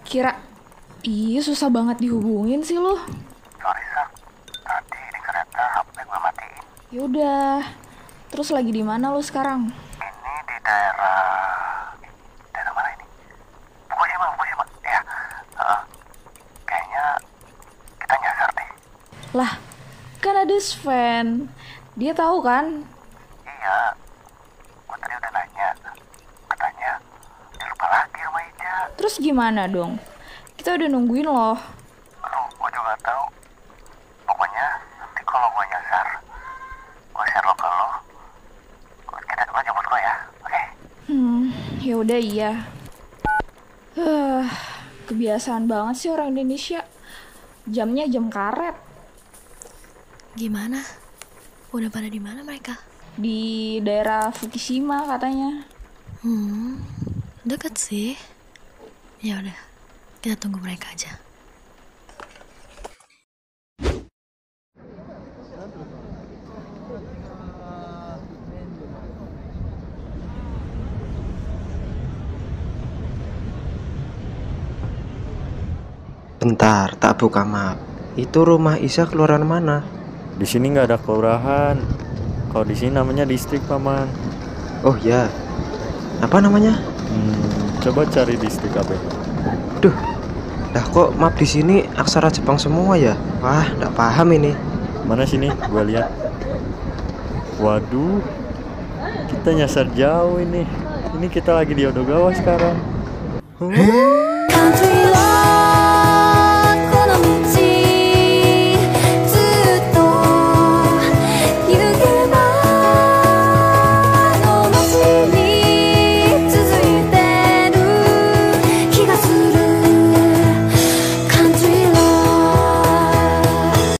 Kira, iya susah banget dihubungin sih lo. Sorry, Sak. Tadi di kereta HP gue matiin. Yaudah, terus lagi di mana lo sekarang? Ini di daerah mana ini? Fukushima. Ya, kayaknya kita nyasar deh. Lah, kan ada Sven. Dia tahu kan? Iya, gue tadi udah nanya. Katanya dia lupa lagi sama Ija. Terus gimana dong? Kita udah nungguin loh. Aduh, gue juga tahu. Pokoknya nanti kalau gue nyasar, gue share lo ke lo. Kita dua jemput gue ya, oke? Ya udah iya. Kebiasaan banget sih orang Indonesia. Jamnya jam karet. Gimana? Udah pada di mana mereka? Di daerah Fukushima katanya. Deket sih. Ya udah, kita tunggu mereka aja. Bentar, tak buka map. Itu rumah Isa kelurahan mana? Di sini nggak ada kelurahan. Kalau di sini namanya distrik, Paman. Oh ya, apa namanya? Coba cari distrik apa? Duh, dah kok map di sini aksara Jepang semua ya? Wah, nggak paham ini. Mana sini? Gua lihat. Waduh, kita nyasar jauh ini. Ini kita lagi di Odogawa sekarang.